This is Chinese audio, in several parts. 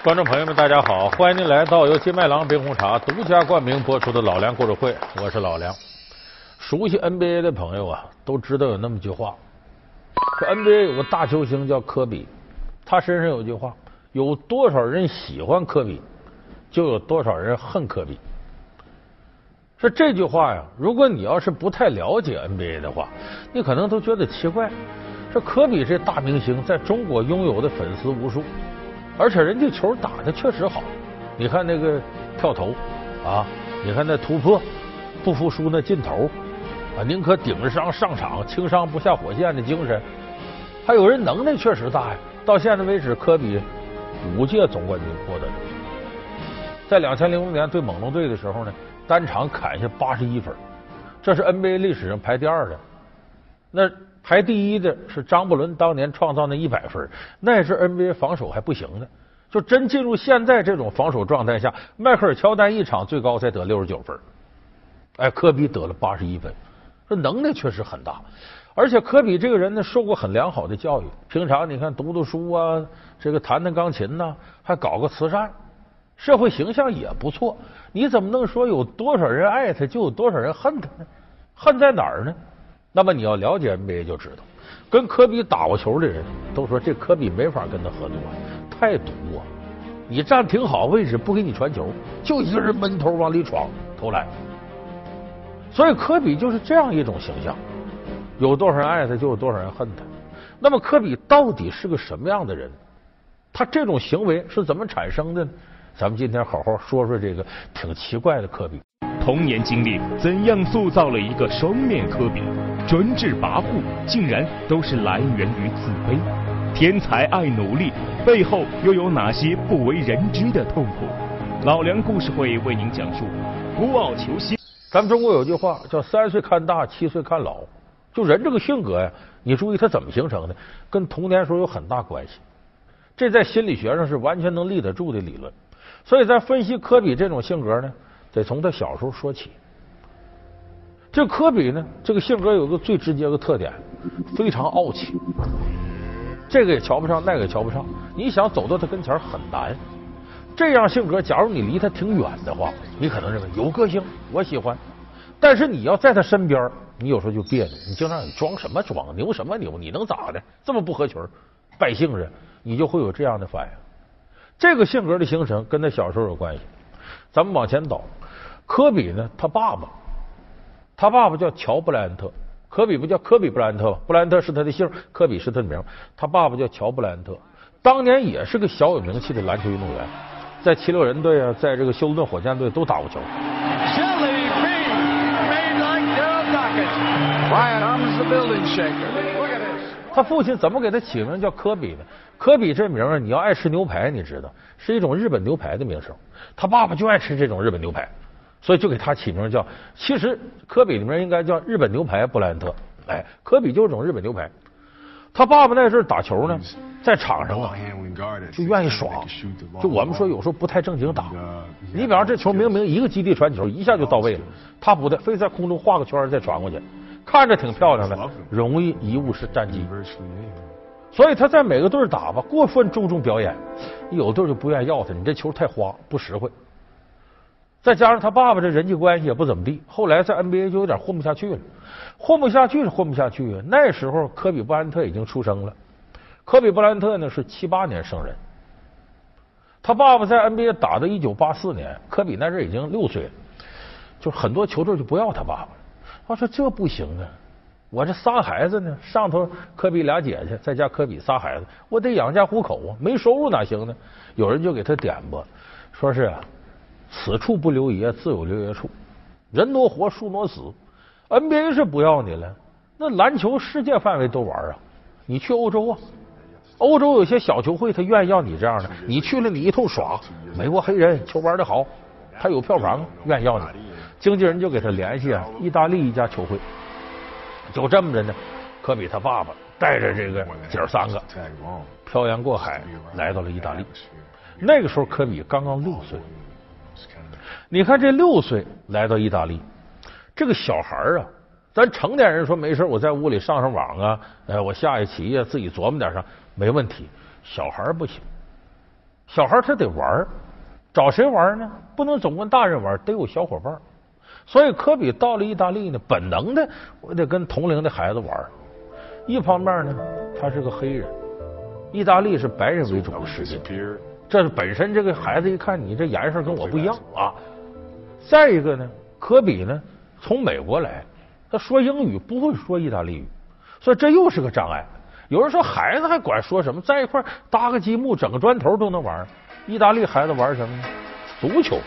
观众朋友们，大家好，欢迎您来到由金麦郎冰红茶独家冠名播出的老梁故事会，我是老梁。熟悉 NBA 的朋友啊，都知道有那么句话，说 NBA 有个大球星叫科比，他身上有句话，有多少人喜欢科比，就有多少人恨科比。说这句话呀，如果你要是不太了解 NBA 的话，你可能都觉得奇怪，这科比这大明星在中国拥有的粉丝无数，而且人家球打的确实好，你看那个跳投啊，你看那突破，不服输那劲头啊，宁可顶着伤上场，轻伤不下火线的精神，还有人能耐确实大呀。到现在为止，科比5届总冠军获得者，在2005年对猛龙队的时候呢，单场砍下81分，这是 NBA 历史上排第2的。那排第1的是张伯伦当年创造那100分，那是 NBA 防守还不行的。就真进入现在这种防守状态下，迈克尔乔丹一场最高才得69分，哎，科比得了81分，这能耐确实很大。而且科比这个人呢，受过很良好的教育，平常你看读书啊，这个弹钢琴呐，还搞个慈善，社会形象也不错。你怎么能说有多少人爱他就有多少人恨他呢？恨在哪儿呢？那么你要了解 NBA 就知道，跟科比打过球的人都说这科比没法跟他合作，太毒啊！你站挺好位置不给你传球，就一个人闷头往里闯投篮。所以科比就是这样一种形象，有多少人爱他就有多少人恨他。那么科比到底是个什么样的人？他这种行为是怎么产生的呢？咱们今天好好说说这个挺奇怪的科比。 童年经历怎样塑造了一个双面科比？专制跋扈竟然都是来源于自卑。天才爱努力，背后又有哪些不为人知的痛苦？老梁故事会为您讲述孤傲求新。 咱们中国有句话叫3岁看大，7岁看老。就人这个性格呀，你注意他怎么形成的，跟童年时候有很大关系。这在心理学上是完全能立得住的理论。所以在分析科比这种性格呢，得从他小时候说起。这科比呢，这个性格有个最直接的特点，非常傲气，这个也瞧不上，那个也瞧不上，你想走到他跟前很难。这样性格，假如你离他挺远的话，你可能认为有个性，我喜欢。但是你要在他身边，你有时候就别扭，你经常你装什么装，牛什么牛，你能咋的？这么不合群，败兴着，你就会有这样的反应。这个性格的形成跟他小时候有关系。咱们往前倒，科比呢，他爸爸叫乔布莱恩特，科比不叫科比布莱恩特吗？布莱恩特是他的姓，科比是他的名。他爸爸叫乔布莱恩特，当年也是个小有名气的篮球运动员，在76人队啊，在这个休斯顿火箭队都打过球。他父亲怎么给他起名叫科比呢？科比这名啊，你要爱吃牛排，你知道是一种日本牛排的名声。他爸爸就爱吃这种日本牛排，所以就给他起名叫。其实科比的名应该叫日本牛排布莱恩特。哎，科比就是种日本牛排。他爸爸那阵打球呢，在场上啊就愿意耍，就我们说有时候不太正经打。你比方这球明明一个基地传球，一下就到位了，他不对，非在空中画个圈再传过去，看着挺漂亮的，容易贻误是战机。所以他在每个队打吧，过分注重表演，有队就不愿意要他，你这球太花不实惠。再加上他爸爸这人际关系也不怎么地，后来在 NBA 就有点混不下去了。混不下去是混不下去啊！那时候科比布莱恩特已经出生了。科比布莱恩特呢是78年生人，他爸爸在 NBA 打到1984年，科比那阵已经6岁了，就很多球队就不要他爸爸了。他说这不行啊，我这仨孩子呢，上头科比俩姐姐，再加科比仨孩子，我得养家糊口啊，没收入哪行呢？有人就给他点拨，说是啊，此处不留爷，自有留爷处，人挪活，树挪死。NBA 是不要你了，那篮球世界范围都玩啊，你去欧洲啊，欧洲有些小球会他愿意要你这样的，你去了你一通耍，美国黑人球玩的好，他有票房，愿意要你。经纪人就给他联系啊，意大利一家球会。就这么着呢，科比他爸爸带着这个姐儿3个漂洋过海来到了意大利。那个时候科比刚刚6岁，你看这6岁来到意大利，这个小孩啊，咱成年人说没事，我在屋里上网啊，我下棋啊，自己琢磨点啥没问题。小孩不行， 小孩他得玩，找谁玩呢？不能总跟大人玩，得有小伙伴。所以科比到了意大利呢，本能的我得跟同龄的孩子玩。一方面呢，他是个黑人，意大利是白人为主的世界，这本身这个孩子一看你这颜色跟我不一样啊。再一个呢，科比呢从美国来，他说英语不会说意大利语，所以这又是个障碍。有人说孩子还管说什么，在一块搭个积木整个砖头都能玩。意大利孩子玩什么呢？足球。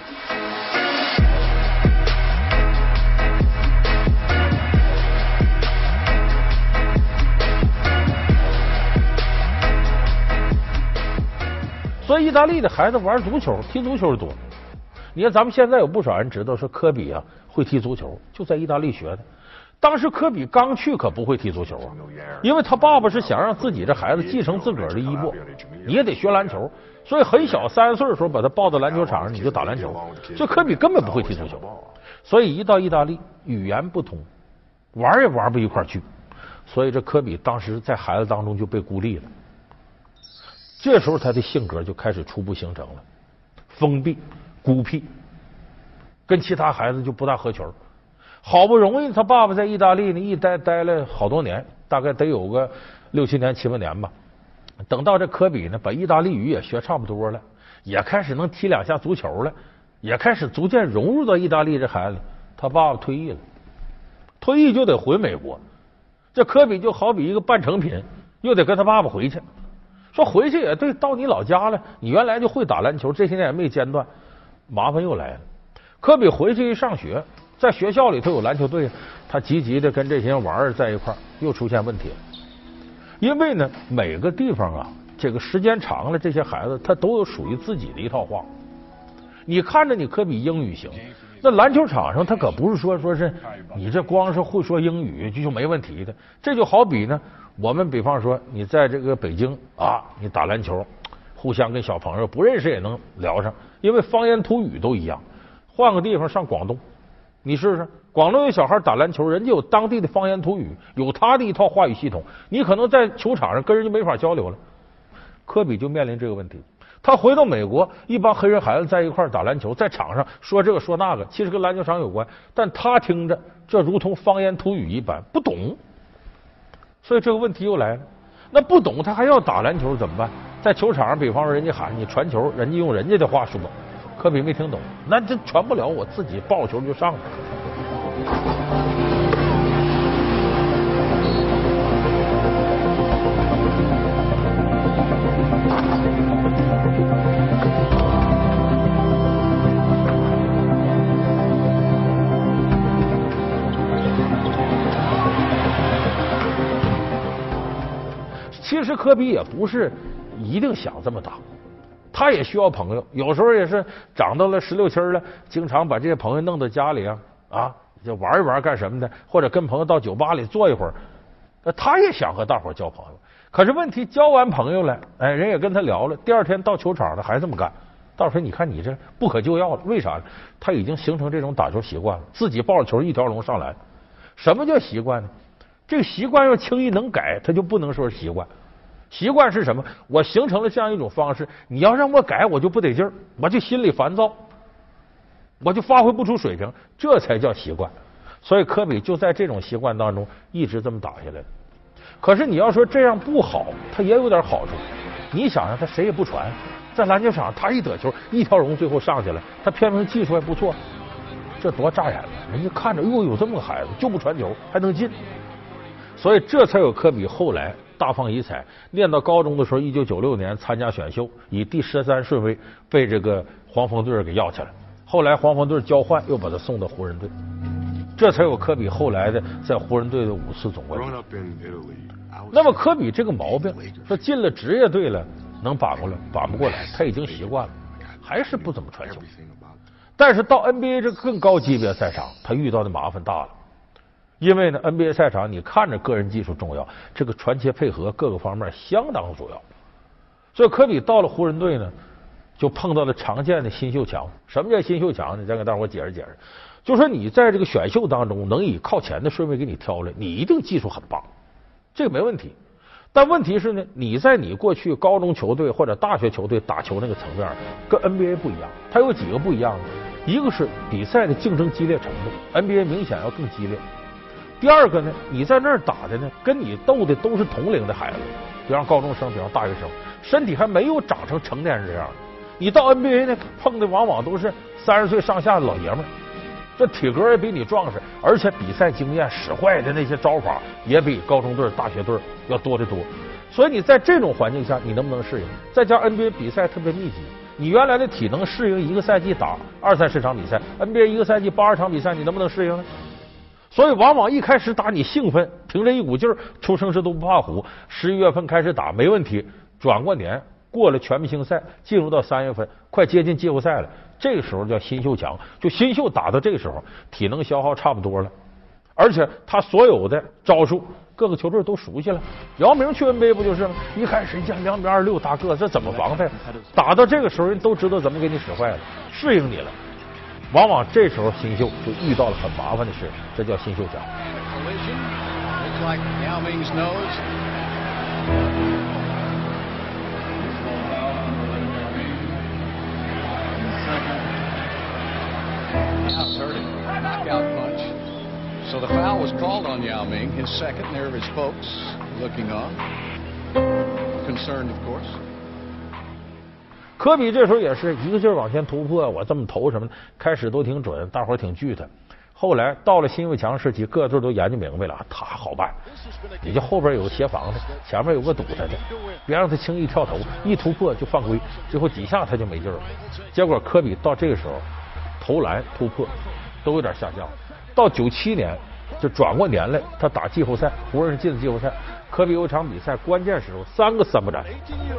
所以意大利的孩子玩足球踢足球多。你看咱们现在有不少人知道说科比啊会踢足球，就在意大利学的。当时科比刚去可不会踢足球啊，因为他爸爸是想让自己这孩子继承自个儿的衣钵，你也得学篮球，所以很小3岁的时候把他抱到篮球场上你就打篮球，所以科比根本不会踢足球。所以一到意大利语言不通，玩也玩不一块去，所以这科比当时在孩子当中就被孤立了。这时候他的性格就开始初步形成了，封闭孤僻，跟其他孩子就不大合群。好不容易他爸爸在意大利呢一待了好多年，大概得有个6、7年、7、8年吧。等到这科比呢把意大利语也学差不多了，也开始能踢2下足球了，也开始逐渐融入到意大利这孩子。他爸爸退役了，退役就得回美国，这科比就好比一个半成品，又得跟他爸爸回去。说回去也对，到你老家了，你原来就会打篮球，这些年也没间断，麻烦又来了。科比回去一上学，在学校里头有篮球队，他积极的跟这些人玩在一块，又出现问题了。因为呢，每个地方啊，这个时间长了，这些孩子他都有属于自己的一套话。你看着你科比英语行，那篮球场上他可不是说是你这光是会说英语就没问题的。这就好比呢，我们比方说你在这个北京啊，你打篮球，互相跟小朋友不认识也能聊上，因为方言土语都一样。换个地方上广东，你试试，广东有小孩打篮球，人家有当地的方言土语，有他的一套话语系统，你可能在球场上跟人家没法交流了。科比就面临这个问题。他回到美国，一帮黑人孩子在一块打篮球，在场上说这个说那个，其实跟篮球场有关，但他听着这如同方言土语一般，不懂。所以这个问题又来了，那不懂他还要打篮球怎么办？在球场上，比方说人家喊你传球，人家用人家的话说，科比没听懂，那这传不了，我自己抱球就上了。其实科比也不是一定想这么打，他也需要朋友，有时候也是长到了16、17了，经常把这些朋友弄到家里啊，就玩一玩干什么的，或者跟朋友到酒吧里坐一会儿，他也想和大伙交朋友。可是问题交完朋友了，哎，人也跟他聊了，第二天到球场了还这么干，到时候你看你这不可救药了，为啥呢？他已经形成这种打球习惯了，自己抱着球一条龙上篮。什么叫习惯呢？这个习惯要轻易能改，他就不能说是习惯。习惯是什么？我形成了这样一种方式，你要让我改，我就不得劲儿，我就心里烦躁，我就发挥不出水平，这才叫习惯。所以科比就在这种习惯当中一直这么打下来。可是你要说这样不好，他也有点好处。你想想，他谁也不传，在篮球场他一得球一条龙，最后上去了，他偏偏技术还不错，这多扎眼了！人家看着，哟，有这么个孩子就不传球还能进，所以这才有科比后来大放异彩。练到高中的时候，1996年参加选秀，以第13顺位被这个黄蜂队给要起来。后来黄蜂队交换，又把他送到湖人队，这才有科比后来的在湖人队的5次总冠军。那么科比这个毛病，说进了职业队了能把不过来，他已经习惯了，还是不怎么传球。但是到 NBA 这个更高级别赛场，他遇到的麻烦大了。因为呢 ，NBA 赛场你看着个人技术重要，这个传切配合各个方面相当重要。所以科比到了湖人队呢，就碰到了常见的新秀墙。什么叫新秀墙呢？再给大伙解释解释。就说你在这个选秀当中能以靠前的顺位给你挑来，你一定技术很棒，这个没问题。 但问题是呢，你在你过去高中球队或者大学球队打球那个层面，跟 NBA 不一样。它有几个不一样呢？一个是比赛的竞争激烈程度 ，NBA 明显要更激烈。第二个呢，你在那儿打的呢，跟你斗的都是同龄的孩子，比方高中生，比方大学生，身体还没有长成成年人这样。你到 NBA 呢，碰的往往都是30岁上下的老爷们儿，这体格也比你壮实，而且比赛经验使坏的那些招法也比高中队、大学队要多得多。所以你在这种环境下，你能不能适应？再加 NBA 比赛特别密集，你原来的体能适应一个赛季打20-30场比赛 ，NBA 一个赛季82场比赛，你能不能适应呢？所以往往一开始打你兴奋，凭着一股劲儿，初生之犊不怕虎，11月份开始打没问题，转过年过了全明星赛，进入到3月份，快接近季后赛了，这个时候叫新秀强，就新秀打到这个时候，体能消耗差不多了，而且他所有的招数，各个球队都熟悉了。姚明去 NBA 不就是吗？一开始像2.26大个，这怎么防他？打到这个时候，人都知道怎么给你使坏了，适应你了。往往这时候新秀就遇到了很麻烦的事，这叫新秀强。 Knockout punch. So the foul was called on Yao Ming, his second. There are his folks looking on, concerned, of course. 科比这时候也是一个劲儿往前突破，我这么投什么的，开始都挺准，大伙儿挺惧他。后来到了新秀强时期，各队都研究明白了，他好办，也就后边有个协防的，前面有个堵他的，别让他轻易跳投，一突破就犯规，最后几下他就没劲儿了。结果科比到这个时候，投篮突破都有点下降。到97年就转过年来，他打季后赛，湖人是进了季后赛。科比有一场比赛关键时候3个3不沾。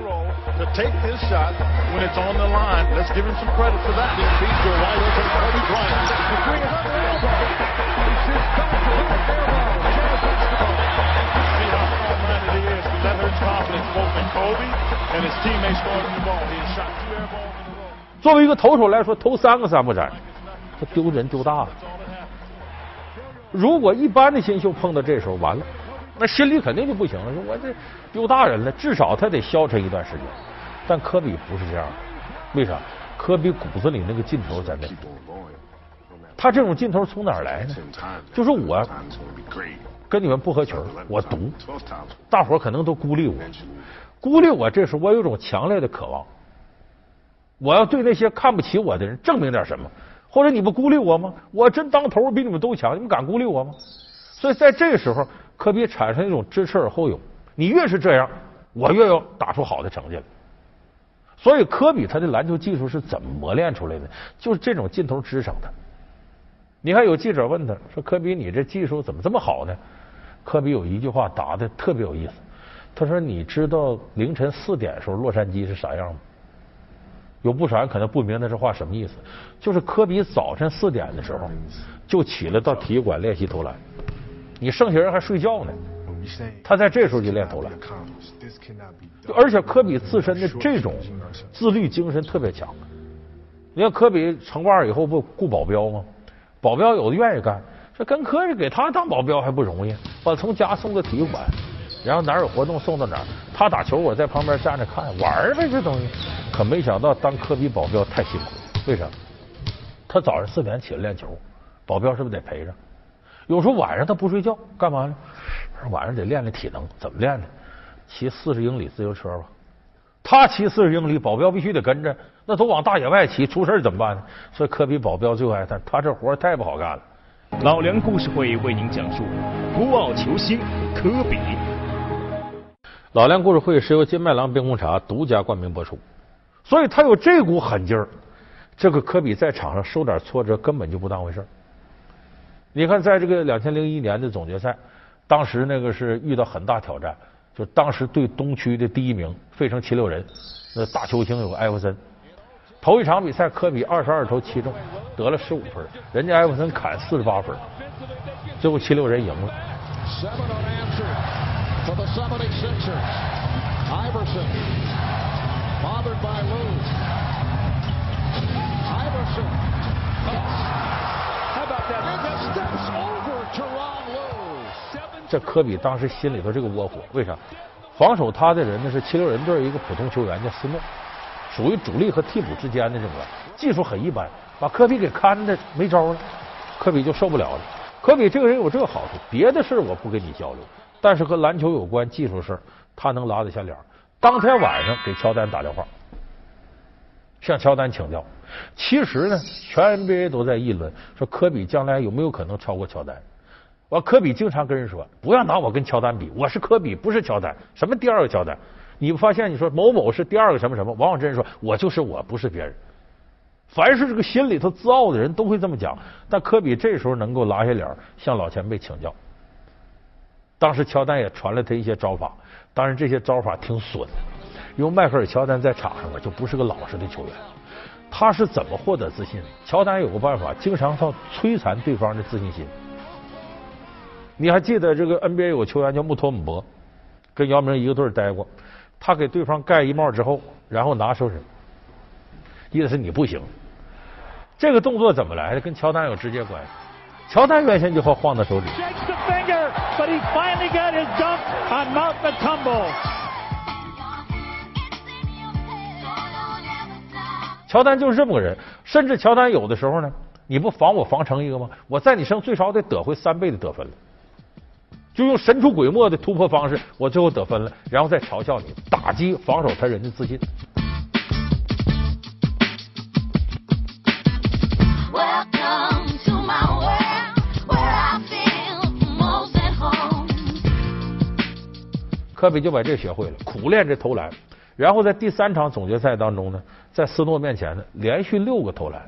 作为一个投手来说，投3个3不沾，他丢人丢大了。如果一般的新秀碰到这时候完了，那心里肯定就不行了，说我这丢大人了，至少他得消沉一段时间。但科比不是这样的，为啥？科比骨子里那个劲头在那，他这种劲头从哪儿来呢？就是我跟你们不合群，我独，大伙儿可能都孤立我，孤立我。这时候我有一种强烈的渴望，我要对那些看不起我的人证明点什么。或者你不孤立我吗？我真当头比你们都强，你们敢孤立我吗？所以在这个时候，科比产生一种知耻而后勇。你越是这样，我越要打出好的成绩来。所以科比他的篮球技术是怎么磨练出来的？就是这种劲头支撑他。你看有记者问他说：“科比，你这技术怎么这么好呢？”科比有一句话答的特别有意思，他说：“你知道凌晨4点的时候洛杉矶是啥样吗？”有不少人可能不明白这话什么意思，就是科比早晨4点的时候就起来到体育馆练习投篮，你剩下人还睡觉呢，他在这时候就练投篮。而且科比自身的这种自律精神特别强。你看科比成腕以后不雇保镖吗？保镖有的愿意干，这跟科比给他当保镖还不容易，把从家送到体育馆，然后哪儿有活动送到哪儿，他打球我在旁边站着看玩呗，这东西。可没想到当科比保镖太辛苦，为啥？他早上4点起来练球，保镖是不是得陪着？有时候晚上他不睡觉，干嘛呢？晚上得练练体能，怎么练呢？骑40英里自行车吧。他骑40英里，保镖必须得跟着，那都往大野外骑，出事怎么办呢？所以科比保镖最后他这活太不好干了。 老梁故事会为您讲述孤傲球星科比。 老梁故事会是由金麦郎冰红茶独家冠名播出。所以他有这股狠劲儿，这个科比在场上受点挫折根本就不当回事。你看，在这个2001年的总决赛，当时那个是遇到很大挑战，就当时对东区的第1名费城76人，那大球星有个艾弗森，头一场比赛科比22投7中，得了15分，人家艾弗森砍48分，最后76人赢了。 Bothered by Lou. Iverson. How about that? Steps over Tyronn Lue. 这科比当时心里头这个窝火，为啥？ 防守他的人呢是76人队一个普通球员叫斯诺，属于主力和替补之间的这种人，技术很一般，把科比给看的没招了，科比就受不了了。科比这个人有这个好处，别的事我不跟你交流，但是和篮球有关技术事他能拉得下脸。当天晚上给乔丹打电话，向乔丹请教。其实呢，全 NBA 都在议论说科比将来有没有可能超过乔丹。完，科比经常跟人说，不要拿我跟乔丹比，我是科比，不是乔丹。什么第二个乔丹？你发现你说某某是第二个什么什么，往往真人说我就是我，不是别人。凡是这个心里头自傲的人都会这么讲，但科比这时候能够拉下脸向老前辈请教。当时乔丹也传了他一些招法，当然这些招法挺损，因为迈克尔乔丹在场上就不是个老实的球员。他是怎么获得自信？乔丹有个办法，经常要摧残对方的自信心。你还记得这个 NBA 有个球员叫穆托姆博，跟姚明一个队待过。他给对方盖一帽之后，然后拿手指，意思是你不行。这个动作怎么来的？跟乔丹有直接关系。乔丹原先就会晃他手指。乔丹就是这么个人，甚至乔丹有的时候呢，你不防我防成一个吗？我在你身上最少得得回3倍的得分了。就用神出鬼没的突破方式，我最后得分了，然后再嘲笑你，打击防守他人的自信。科比就把这学会了，苦练这投篮，然后在第3场总决赛当中呢，在斯诺面前呢，连续6个投篮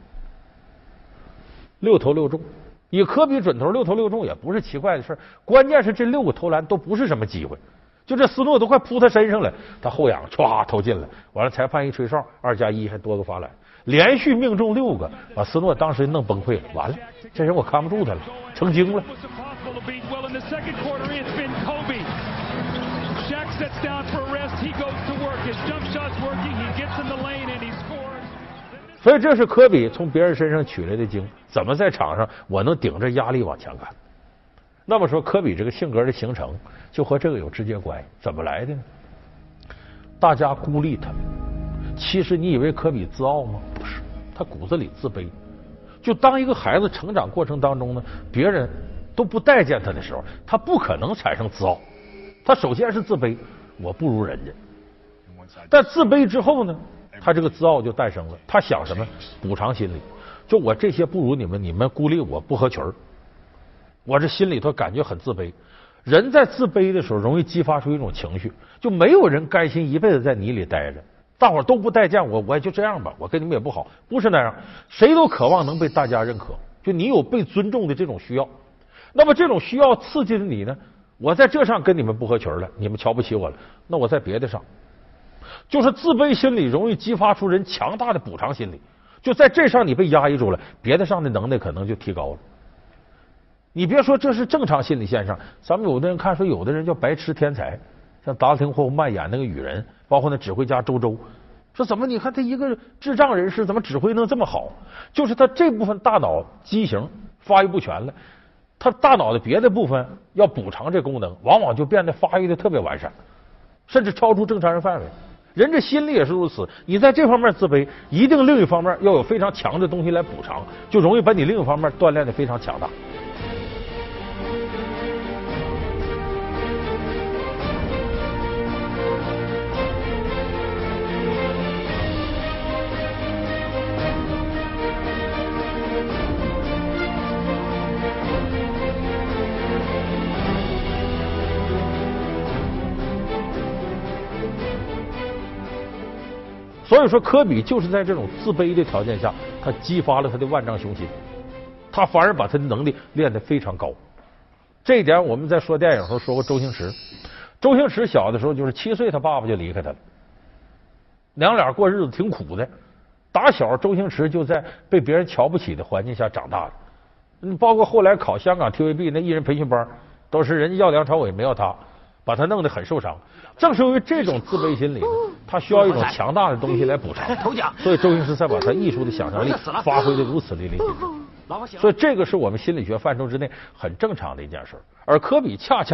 ，6投6中。以科比准头6投6中也不是奇怪的事，关键是这6个投篮都不是什么机会，就这斯诺都快扑他身上了，他后仰歘投进了，完了裁判一吹哨，2+1还多个罚篮，连续命中6个，把斯诺当时弄崩溃了，完了，这人我看不住他了，成精了。所以这是科比从别人身上取来的经，怎么在场上我能顶着压力往前干？那么说科比这个性格的形成就和这个有直接关系，怎么来的呢？大家孤立他，其实你以为科比自傲吗？不是，他骨子里自卑。就当一个孩子成长过程当中呢，别人都不待见他的时候，他不可能产生自傲，他首先是自卑，我不如人家。但自卑之后呢，他这个自傲就诞生了。他想什么？补偿心理，就我这些不如你们，你们孤立我不合群儿，我这心里头感觉很自卑。人在自卑的时候，容易激发出一种情绪，就没有人甘心一辈子在泥里待着。大伙儿都不待见我，我也就这样吧，我跟你们也不好，不是那样。谁都渴望能被大家认可，就你有被尊重的这种需要。那么这种需要刺激了你呢？我在这上跟你们不合群了，你们瞧不起我了，那我在别的上。就是自卑心理容易激发出人强大的补偿心理，就在这上你被压抑住了，别的上的能耐可能就提高了。你别说这是正常心理现象，咱们有的人看说有的人叫白痴天才，像达汀霍夫曼演那个雨人，包括那指挥家周周，说怎么你看他一个智障人士怎么指挥能这么好？就是他这部分大脑畸形发育不全了，他大脑的别的部分要补偿这功能，往往就变得发育的特别完善，甚至超出正常人范围。人这心理也是如此，你在这方面自卑，一定另一方面要有非常强的东西来补偿，就容易把你另一方面锻炼的非常强大。所以说科比就是在这种自卑的条件下，他激发了他的万丈雄心，他反而把他的能力练得非常高。这一点我们在说电影时候说过周星驰。周星驰小的时候就是7岁他爸爸就离开他了，娘俩过日子挺苦的。打小周星驰就在被别人瞧不起的环境下长大的，包括后来考香港 TVB 那艺人培训班，都是人家要梁朝伟没要他，把他弄得很受伤。正是因为这种自卑心理呢，他需要一种强大的东西来补偿，所以周星驰才把他艺术的想象力发挥的如此淋漓尽致。所以这个是我们心理学范畴之内很正常的一件事，而科比恰恰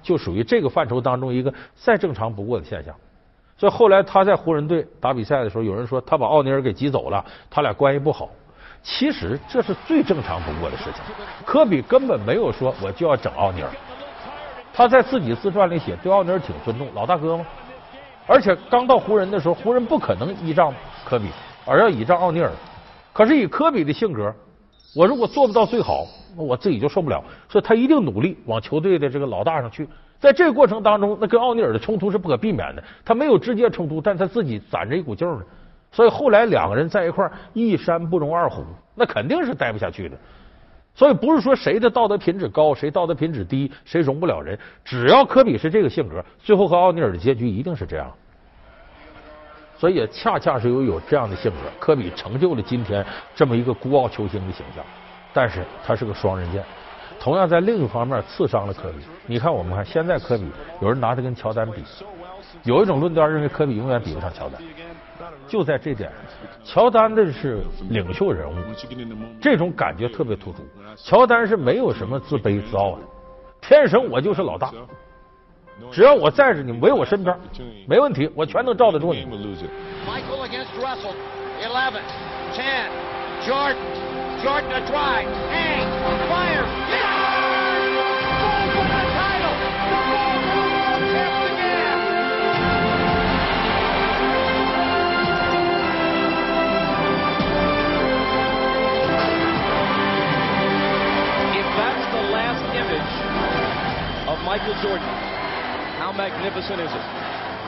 就属于这个范畴当中一个再正常不过的现象。所以后来他在湖人队打比赛的时候，有人说他把奥尼尔给挤走了，他俩关系不好。其实这是最正常不过的事情。科比根本没有说我就要整奥尼尔，他在自己自传里写对奥尼尔挺尊重，老大哥嘛。而且刚到湖人的时候，湖人不可能依仗科比，而要倚仗奥尼尔。可是以科比的性格，我如果做不到最好，我自己就受不了，所以他一定努力往球队的这个老大上去。在这个过程当中，那跟奥尼尔的冲突是不可避免的，他没有直接冲突，但他自己攒着一股劲儿呢。所以后来两个人在一块儿，一山不容二虎，那肯定是待不下去的。所以不是说谁的道德品质高，谁道德品质低，谁容不了人。只要科比是这个性格，最后和奥尼尔的结局一定是这样。所以也恰恰是有这样的性格，科比成就了今天这么一个孤傲球星的形象。但是他是个双刃剑，同样在另一方面刺伤了科比。你看，我们看现在科比，有人拿他跟乔丹比，有一种论调认为科比永远比不上乔丹。就在这点，乔丹的是领袖人物，这种感觉特别突出。乔丹是没有什么自卑自傲的，天生我就是老大，只要我在着你，围我身边，没问题，我全能罩得住你。 Michael against Russell. 11, 10, Jordan a drive, hangs, fires, yes! Goal for the title! The Bulls tipped again! If that's the last image of Michael Jordan, how magnificent is it?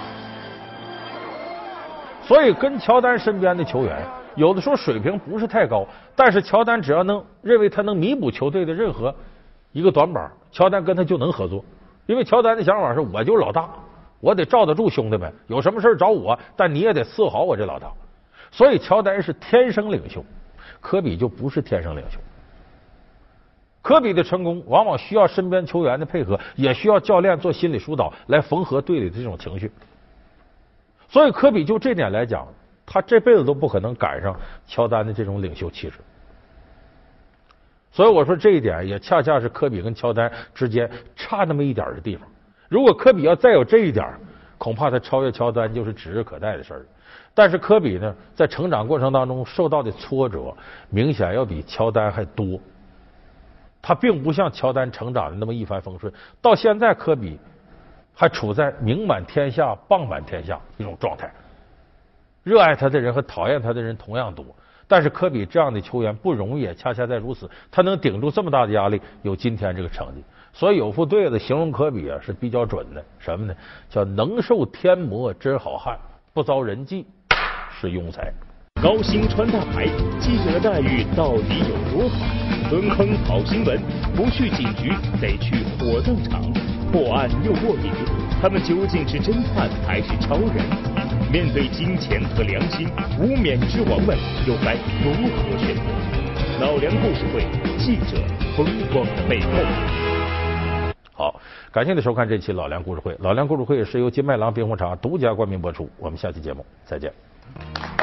所以跟乔丹身边的球员，有的时候水平不是太高，但是乔丹只要能认为他能弥补球队的任何一个短板，乔丹跟他就能合作。因为乔丹的想法是，我就是老大，我得罩得住兄弟们，有什么事找我，但你也得伺候好我这老大。所以乔丹是天生领袖，科比就不是天生领袖。科比的成功往往需要身边球员的配合，也需要教练做心理疏导来缝合队里的这种情绪。所以科比就这点来讲，他这辈子都不可能赶上乔丹的这种领袖气质。所以我说这一点也恰恰是科比跟乔丹之间差那么一点的地方。如果科比要再有这一点，恐怕他超越乔丹就是指日可待的事儿。但是科比呢，在成长过程当中受到的挫折明显要比乔丹还多。他并不像乔丹成长的那么一帆风顺，到现在科比还处在名满天下、棒满天下一种状态。热爱他的人和讨厌他的人同样多，但是科比这样的球员不容易，也恰恰在如此，他能顶住这么大的压力，有今天这个成绩。所以有副对子形容科比是比较准的，什么呢？叫能受天磨真好汉，不遭人忌是庸才。 高薪穿大牌，记者的待遇到底有多好？蹲坑跑新闻，不去警局得去火葬场，破案又过瘾，他们究竟是侦探还是超人？面对金钱和良心，无冕之王们又该如何选择？老梁故事会，记者风光的背后。 好，感谢你收看这期老梁故事会。老梁故事会是由金麦郎冰红茶独家冠名播出。我们下期节目再见。